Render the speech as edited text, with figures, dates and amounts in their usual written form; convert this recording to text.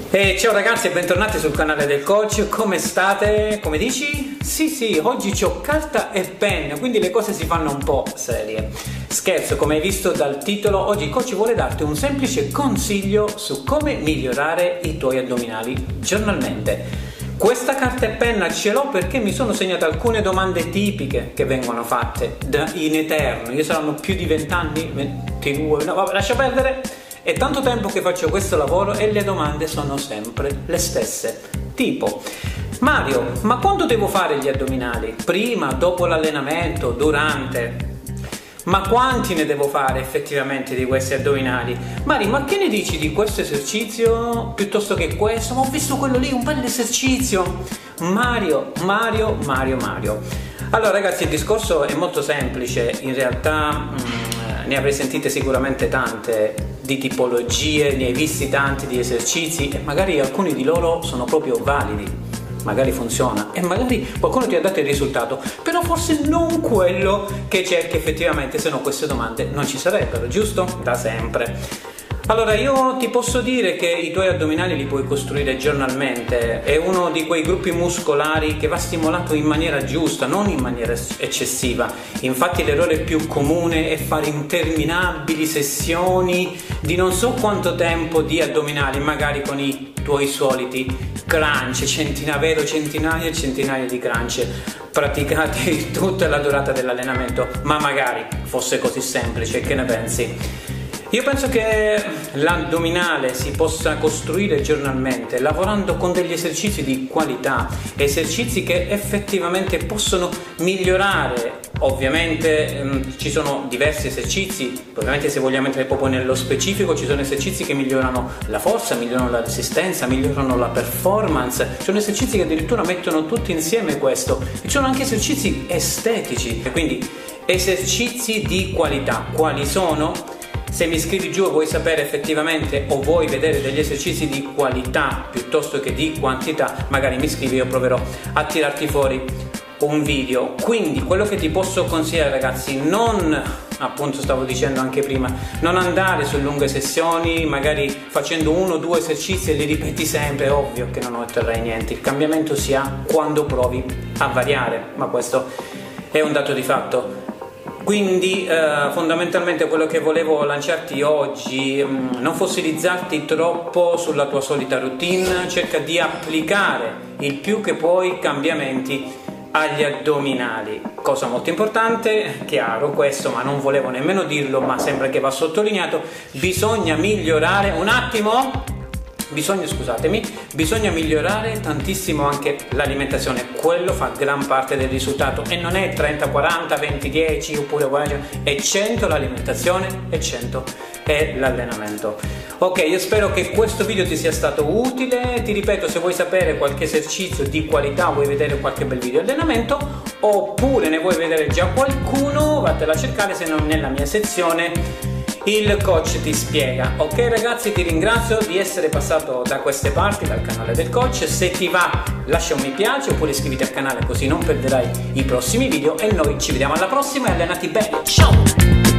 E ciao ragazzi e bentornati sul canale del coach. Come state? Come dici? Sì, oggi c'ho carta e penna, quindi le cose si fanno un po' serie. Scherzo, come hai visto dal titolo, oggi il coach vuole darti un semplice consiglio su come migliorare i tuoi addominali giornalmente. Questa carta e penna ce l'ho perché mi sono segnate alcune domande tipiche che vengono fatte in eterno. Io saranno più di 20 anni, 22, no vabbè, lascia perdere. È tanto tempo che faccio questo lavoro e le domande sono sempre le stesse. Tipo, Mario, ma quando devo fare gli addominali? Prima, dopo l'allenamento, durante? Ma quanti ne devo fare effettivamente di questi addominali? Mario, ma che ne dici di questo esercizio piuttosto che questo? Ma ho visto quello lì, un bel esercizio. Mario. Allora ragazzi, il discorso è molto semplice, in realtà ne avrei sentite sicuramente tante di tipologie, ne hai visti tanti di esercizi e magari alcuni di loro sono proprio validi, magari funziona e magari qualcuno ti ha dato il risultato, però forse non quello che cerchi effettivamente, se no queste domande non ci sarebbero, giusto? Da sempre. Allora io ti posso dire che i tuoi addominali li puoi costruire giornalmente, è uno di quei gruppi muscolari che va stimolato in maniera giusta, non in maniera eccessiva. Infatti l'errore più comune è fare interminabili sessioni di non so quanto tempo di addominali, magari con i tuoi soliti crunch, centinaia e centinaia di crunch praticati tutta la durata dell'allenamento, ma magari fosse così semplice, che ne pensi? Io penso che l'addominale si possa costruire giornalmente lavorando con degli esercizi di qualità, esercizi che effettivamente possono migliorare. Ovviamente ci sono diversi esercizi, ovviamente se vogliamo entrare proprio nello specifico ci sono esercizi che migliorano la forza, migliorano la resistenza, migliorano la performance, ci sono esercizi che addirittura mettono tutti insieme questo, e ci sono anche esercizi estetici, quindi esercizi di qualità. Quali sono? Se mi scrivi giù e vuoi sapere effettivamente o vuoi vedere degli esercizi di qualità piuttosto che di quantità, magari mi scrivi e io proverò a tirarti fuori un video. Quindi quello che ti posso consigliare ragazzi, non, appunto stavo dicendo anche prima, non andare su lunghe sessioni, magari facendo uno o due esercizi e li ripeti sempre, è ovvio che non otterrai niente. Il cambiamento si ha quando provi a variare, ma questo è un dato di fatto. Quindi fondamentalmente quello che volevo lanciarti oggi, non fossilizzarti troppo sulla tua solita routine, cerca di applicare il più che puoi cambiamenti agli addominali. Cosa molto importante, chiaro questo, ma non volevo nemmeno dirlo, ma sembra che va sottolineato, bisogna migliorare un attimo. Bisogna migliorare tantissimo anche l'alimentazione, quello fa gran parte del risultato e non è 30-40, 20-10 oppure 40, è 100 l'alimentazione e 100 è l'allenamento. Ok, io spero che questo video ti sia stato utile, ti ripeto, se vuoi sapere qualche esercizio di qualità, vuoi vedere qualche bel video di allenamento oppure ne vuoi vedere già qualcuno, vattela a cercare, se non nella mia sezione il coach ti spiega. Ok ragazzi, ti ringrazio di essere passato da queste parti, dal canale del coach. Se ti va lascia un mi piace oppure iscriviti al canale così non perderai i prossimi video e noi ci vediamo alla prossima e allenati bene, ciao!